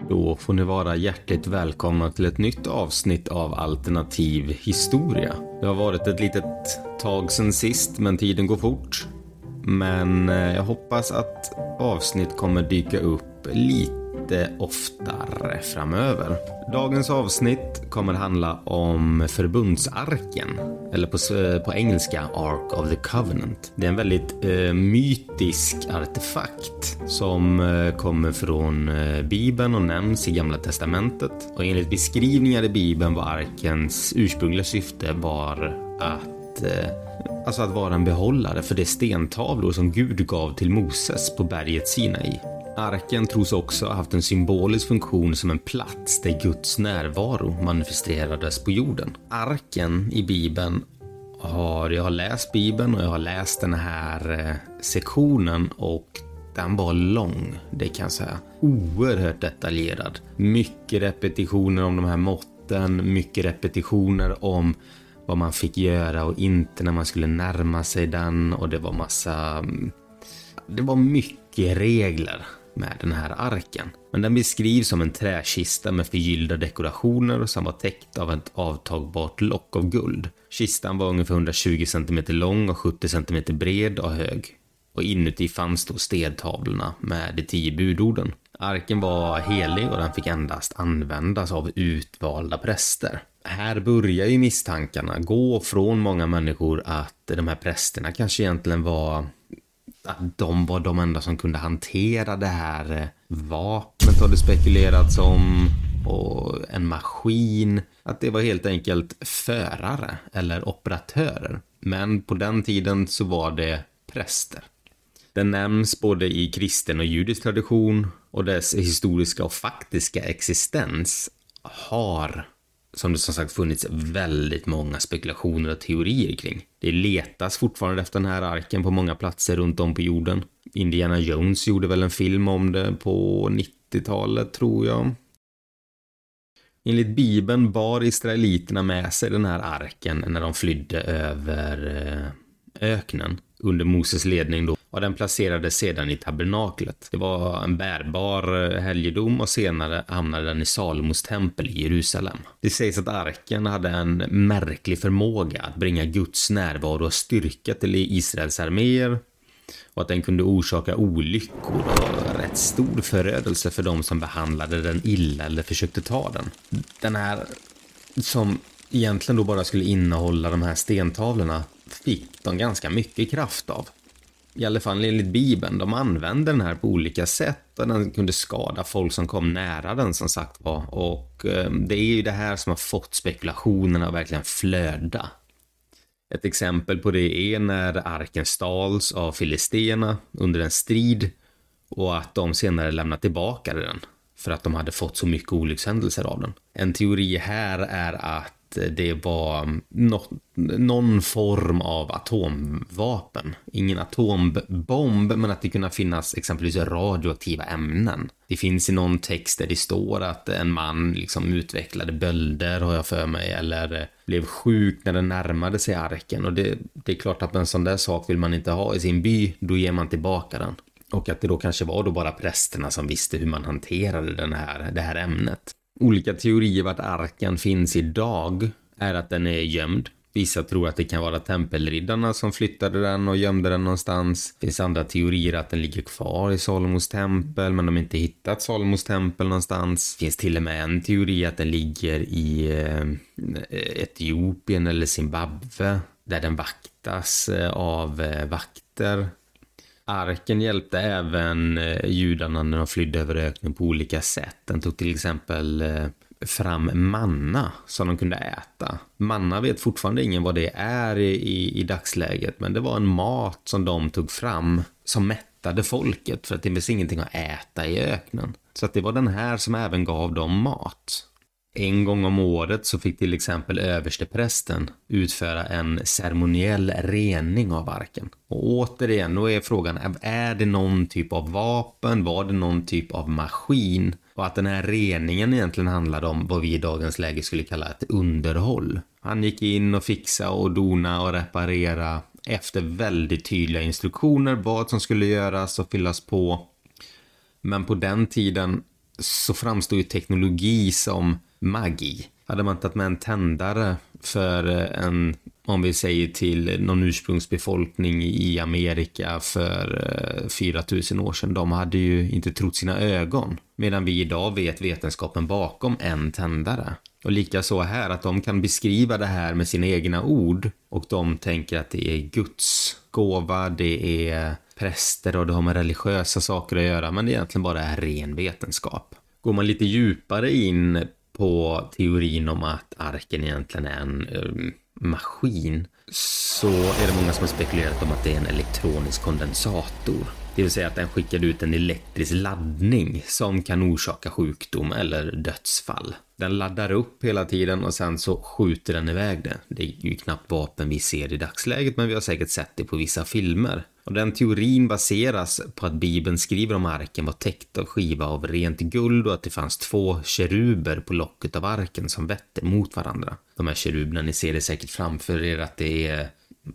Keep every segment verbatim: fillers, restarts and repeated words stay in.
Då får ni vara hjärtligt välkomna till ett nytt avsnitt av Alternativ historia. Det har varit ett litet tag sedan sist, men tiden går fort. Men jag hoppas att avsnitt kommer dyka upp lite oftare framöver. Dagens avsnitt kommer handla om förbundsarken, eller på, på engelska Ark of the Covenant. Det är en väldigt eh, mytisk artefakt som eh, kommer från eh, Bibeln och nämns i Gamla testamentet. Och enligt beskrivningar i Bibeln var arkens ursprungliga syfte var att eh, Alltså att vara en behållare för de stentavlor som Gud gav till Moses på berget Sinai. Arken tros också ha haft en symbolisk funktion som en plats där Guds närvaro manifesterades på jorden. Arken i Bibeln har, jag har läst Bibeln och jag har läst den här sektionen och den var lång, det kan jag säga. Oerhört detaljerad. Mycket repetitioner om de här måtten, mycket repetitioner om vad man fick göra och inte när man skulle närma sig den, och det var massa det var mycket regler med den här arken. Men den beskrivs som en träkista med förgyllda dekorationer som var täckt av ett avtagbart lock av guld. Kistan var ungefär hundratjugo centimeter lång och sjuttio centimeter bred och hög. Och inuti fanns då stentavlorna med de tio budorden. Arken var helig och den fick endast användas av utvalda präster. Här börjar ju misstankarna gå från många människor att de här prästerna kanske egentligen var att de var de enda som kunde hantera det här vapnet, har det spekulerats om, och en maskin, att det var helt enkelt förare eller operatörer. Men på den tiden så var det präster. Det nämns både i kristen och judisk tradition, och dess historiska och faktiska existens har, som det som sagt, funnits väldigt många spekulationer och teorier kring. Det letas fortfarande efter den här arken på många platser runt om på jorden. Indiana Jones gjorde väl en film om det på nittiotalet, tror jag. Enligt Bibeln bar israeliterna med sig den här arken när de flydde över öknen under Moses ledning då. Och den placerades sedan i tabernaklet. Det var en bärbar helgedom och senare hamnade den i Salomos tempel i Jerusalem. Det sägs att arken hade en märklig förmåga att bringa Guds närvaro och styrka till Israels arméer, och att den kunde orsaka olyckor och rätt stor förödelse för de som behandlade den illa eller försökte ta den. Den här, som egentligen då bara skulle innehålla de här stentavlorna, fick de ganska mycket kraft av. I alla fall enligt Bibeln. De använde den här på olika sätt och den kunde skada folk som kom nära den, som sagt var. Och eh, det är ju det här som har fått spekulationerna att verkligen flöda. Ett exempel på det är när arken stals av filisterna under en strid, och att de senare lämnade tillbaka den för att de hade fått så mycket olyckshändelser av den. En teori här är att det var något, någon form av atomvapen. Ingen atombomb, men att det kunde finnas exempelvis radioaktiva ämnen. Det finns i någon text där det står att en man liksom utvecklade bölder, har jag för mig, eller blev sjuk när den närmade sig arken. Och det, det är klart att en sån där sak vill man inte ha i sin by, då ger man tillbaka den. Och att det då kanske var då bara prästerna som visste hur man hanterade den här, det här ämnet. Olika teorier vart arken finns idag är att den är gömd. Vissa tror att det kan vara tempelriddarna som flyttade den och gömde den någonstans. Det finns andra teorier att den ligger kvar i Salomos tempel, men de har inte hittat Salomos tempel någonstans. Det finns till och med en teori att den ligger i Etiopien eller Zimbabwe, där den vaktas av vakter. Arken hjälpte även judarna när de flydde över öknen på olika sätt. Den tog till exempel fram manna som de kunde äta. Manna vet fortfarande ingen vad det är i, i, i dagsläget, men det var en mat som de tog fram som mättade folket, för att det finns ingenting att äta i öknen. Så att det var den här som även gav dem mat. En gång om året så fick till exempel översteprästen utföra en ceremoniell rening av arken. Och återigen, då är frågan, är det någon typ av vapen? Var det någon typ av maskin? Och att den här reningen egentligen handlade om vad vi i dagens läge skulle kalla ett underhåll. Han gick in och fixa och dona och reparera efter väldigt tydliga instruktioner vad som skulle göras och fyllas på. Men på den tiden så framstår ju teknologi som magi. Hade man tagit med en tändare för en, om vi säger till någon ursprungsbefolkning i Amerika för fyra tusen år sedan, de hade ju inte trott sina ögon. Medan vi idag vet vetenskapen bakom en tändare. Och lika så här, att de kan beskriva det här med sina egna ord och de tänker att det är Guds gåva, det är präster och det har med religiösa saker att göra, men det egentligen bara är ren vetenskap. Går man lite djupare in på teorin om att arken egentligen är en um, maskin, så är det många som har spekulerat om att det är en elektronisk kondensator. Det vill säga att den skickar ut en elektrisk laddning som kan orsaka sjukdom eller dödsfall. Den laddar upp hela tiden och sen så skjuter den iväg det. Det är ju knappt vapen vi ser i dagsläget, men vi har säkert sett det på vissa filmer. Och den teorin baseras på att Bibeln skriver om arken var täckt av skiva av rent guld och att det fanns två keruber på locket av arken som vetter mot varandra. De här keruberna, ni ser det säkert framför er, att det är,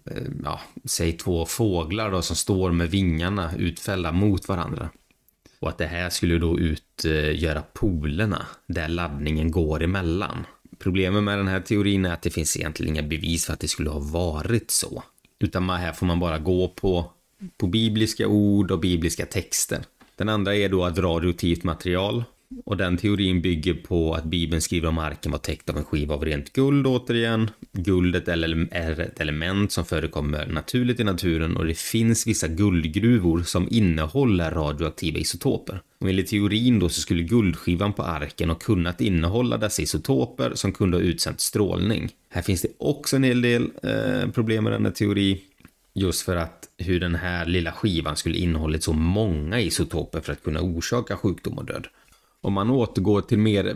ja, säg två fåglar då, som står med vingarna utfällda mot varandra. Och att det här skulle då utgöra polerna där laddningen går emellan. Problemet med den här teorin är att det finns egentligen inga bevis för att det skulle ha varit så. Utan här får man bara gå på, på bibliska ord och bibliska texter. Den andra är då att radioaktivt material. Och den teorin bygger på att Bibeln skriver om arken var täckt av en skiva av rent guld återigen. Guldet är ett element som förekommer naturligt i naturen och det finns vissa guldgruvor som innehåller radioaktiva isotoper. Och enligt teorin då så skulle guldskivan på arken ha kunnat innehålla dessa isotoper som kunde ha utsänt strålning. Här finns det också en hel del eh, problem med den här teori. Just för att hur den här lilla skivan skulle innehållit så många isotoper för att kunna orsaka sjukdom och död. Om man återgår till mer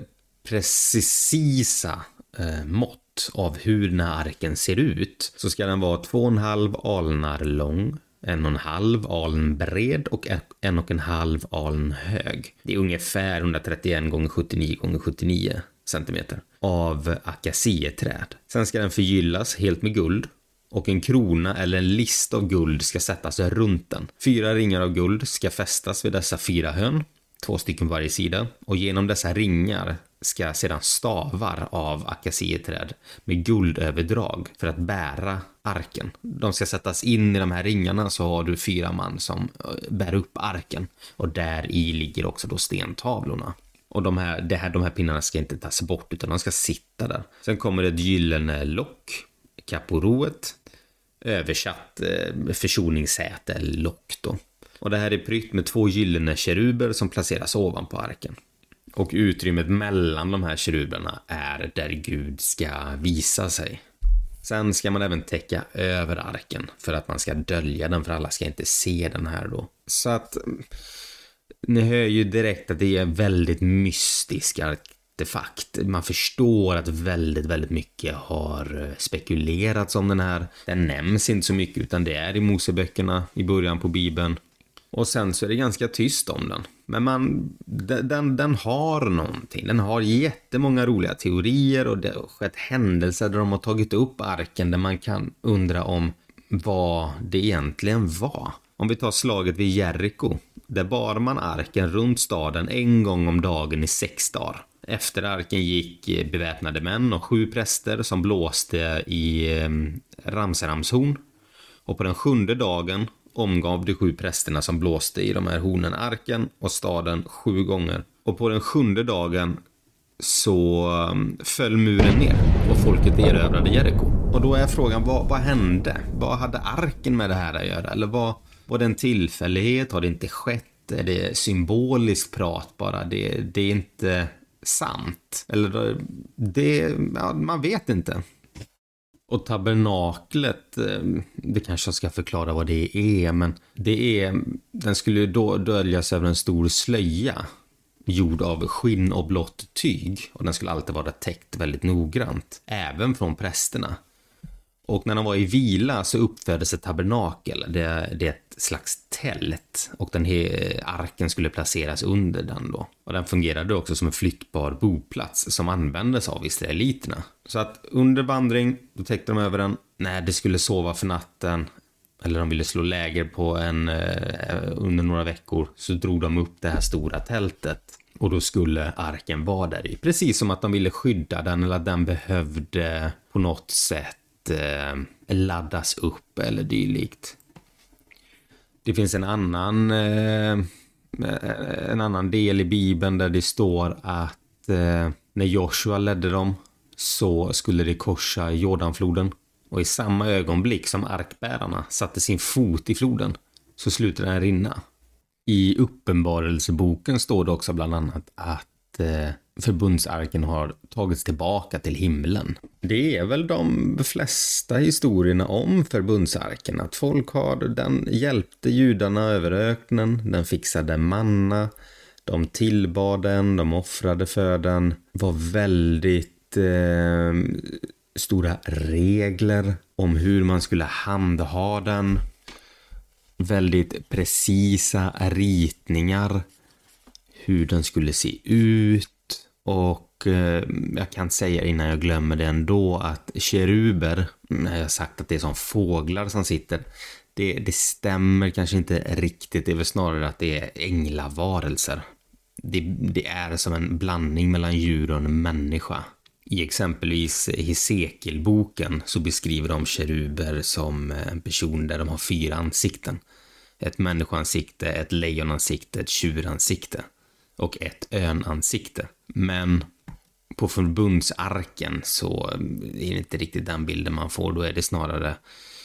precisa eh, mått av hur den här arken ser ut, så ska den vara två och en halv alnar lång, en och en halv aln bred och en och en halv aln hög. Det är ungefär etthundratrettioen gånger sjuttionio gånger sjuttionio centimeter av akacieträd. Sen ska den förgyllas helt med guld. Och en krona eller en list av guld ska sättas runt den. Fyra ringar av guld ska fästas vid dessa fyra hörn. Två stycken varje sida. Och genom dessa ringar ska sedan stavar av akacieträd med guldöverdrag för att bära arken. De ska sättas in i de här ringarna, så har du fyra man som bär upp arken. Och där i ligger också då stentavlorna. Och de här, det här, de här pinnarna ska inte tas bort utan de ska sitta där. Sen kommer det ett gyllene lock, kaporoet, översatt eh, försoningssäte eller lock då. Och det här är prytt med två gyllene keruber som placeras ovanpå arken. Och utrymmet mellan de här keruberna är där Gud ska visa sig. Sen ska man även täcka över arken för att man ska dölja den, för alla ska inte se den här då. Så att ni hör ju direkt att det är väldigt mystisk artefakt. Man förstår att väldigt, väldigt mycket har spekulerats om den här. Den nämns inte så mycket utan det är i Moseböckerna i början på Bibeln. Och sen så är det ganska tyst om den. Men man, den, den har någonting. Den har jättemånga roliga teorier och det har skett händelser där de har tagit upp arken där man kan undra om vad det egentligen var. Om vi tar slaget vid Jericho. Där bar man arken runt staden en gång om dagen i sex dagar. Efter arken gick beväpnade män och sju präster som blåste i ramseramshorn. Och på den sjunde dagen omgav de sju prästerna som blåste i de här hornen arken och staden sju gånger. Och på den sjunde dagen så föll muren ner och folket erövrade Jericho. Och då är frågan, vad, vad hände? Vad hade arken med det här att göra? Eller vad, var det en tillfällighet? Har det inte skett? Är det symboliskt prat bara? Det, det är inte sant. Eller det, ja, man vet inte. Och tabernaklet, det kanske jag ska förklara vad det är, men det är, den skulle då döljas över en stor slöja gjord av skinn och blått tyg, och den skulle alltid vara täckt väldigt noggrant, även från prästerna. Och när de var i vila så uppfördes ett tabernakel, det, det är ett slags tält, och den här arken skulle placeras under den då. Och den fungerade också som en flyttbar boplats som användes av israeliterna. Så att under vandring, då täckte de över den. När det skulle sova för natten, eller de ville slå läger på en eh, under några veckor, så drog de upp det här stora tältet. Och då skulle arken vara där i. Precis som att de ville skydda den eller att den behövde på något sätt eh, laddas upp eller dylikt. Det finns en annan, eh, en annan del i Bibeln där det står att eh, när Joshua ledde dem så skulle det korsa Jordanfloden. Och i samma ögonblick som arkbärarna satte sin fot i floden så slutade den rinna. I uppenbarelseboken står det också bland annat att eh, förbundsarken har tagits tillbaka till himlen. Det är väl de flesta historierna om förbundsarken. Att folk har, den hjälpte judarna över öknen, den fixade manna, de tillbad den, de offrade för den. Var väldigt eh, stora regler om hur man skulle handha den. Väldigt precisa ritningar hur den skulle se ut. Och eh, jag kan säga innan jag glömmer det ändå att keruber, när jag sagt att det är som fåglar som sitter, det, det stämmer kanske inte riktigt. Det är väl snarare att det är änglavarelser. Det, det är som en blandning mellan djur och en människa. I exempelvis Hesekielboken så beskriver de keruber som en person där de har fyra ansikten. Ett människoansikte, ett lejonansikte, ett tjuransikte och ett önansikte. Men på förbundsarken så är det inte riktigt den bilden man får. Då är det snarare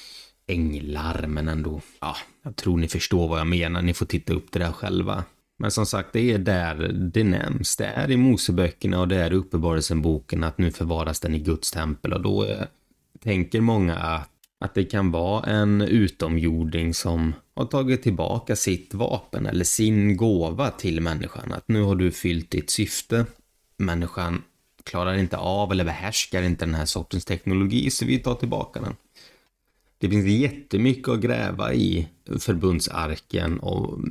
änglar, men ändå, ja, jag tror ni förstår vad jag menar. Ni får titta upp det där själva. Men som sagt, det är där det nämns. Det är i Moseböckerna och det är i Uppenbarelseboken att nu förvaras den i Guds tempel. Och då är, tänker många att, att det kan vara en utomjording som har tagit tillbaka sitt vapen eller sin gåva till människan. Att nu har du fyllt ditt syfte. Människan klarar inte av eller behärskar inte den här sortens teknologi, så vi tar tillbaka den. Det finns jättemycket att gräva i förbundsarken, och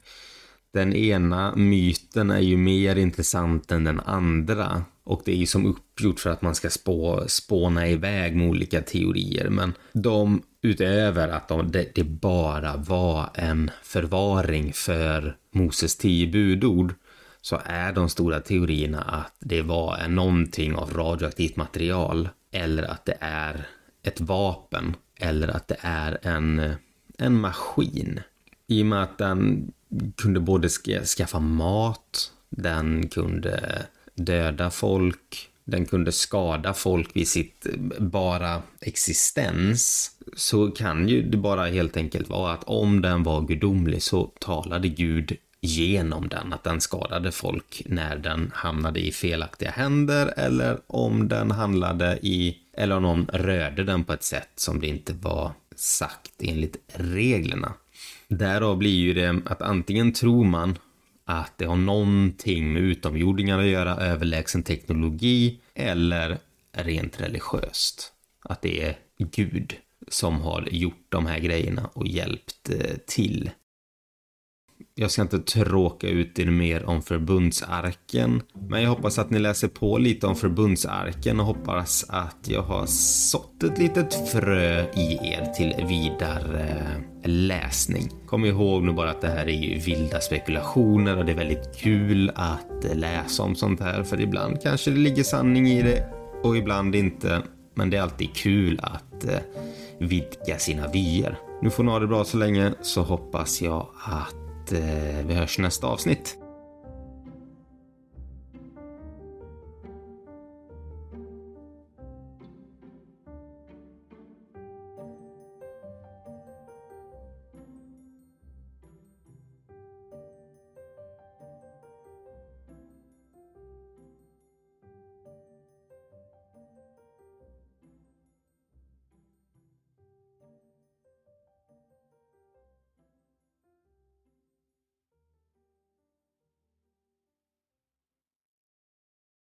den ena myten är ju mer intressant än den andra. Och det är ju som uppgjort för att man ska spå, spåna iväg med olika teorier. Men de, utöver att de, det, det bara var en förvaring för Moses tio budord, så är de stora teorierna att det var en, någonting av radioaktivt material, eller att det är ett vapen, eller att det är en, en maskin. I och med att den kunde både skaffa mat, den kunde döda folk, den kunde skada folk vid sitt bara existens, så kan ju det bara helt enkelt vara att om den var gudomlig så talade Gud genom den, att den skadade folk när den hamnade i felaktiga händer, eller om den handlade i, eller om någon rörde den på ett sätt som det inte var sagt enligt reglerna. Därav blir ju det att antingen tror man att det har någonting med utomjordingar att göra, överlägsen teknologi, eller rent religiöst. Att det är Gud som har gjort de här grejerna och hjälpt till. Jag ska inte tråka ut er mer om förbundsarken, men jag hoppas att ni läser på lite om förbundsarken och hoppas att jag har sått ett litet frö i er till vidare läsning. Kom ihåg nu bara att det här är ju vilda spekulationer och det är väldigt kul att läsa om sånt här, för ibland kanske det ligger sanning i det och ibland inte, men det är alltid kul att vidga sina vyer. Nu får ni ha det bra så länge, så hoppas jag att vi hörs nästa avsnitt.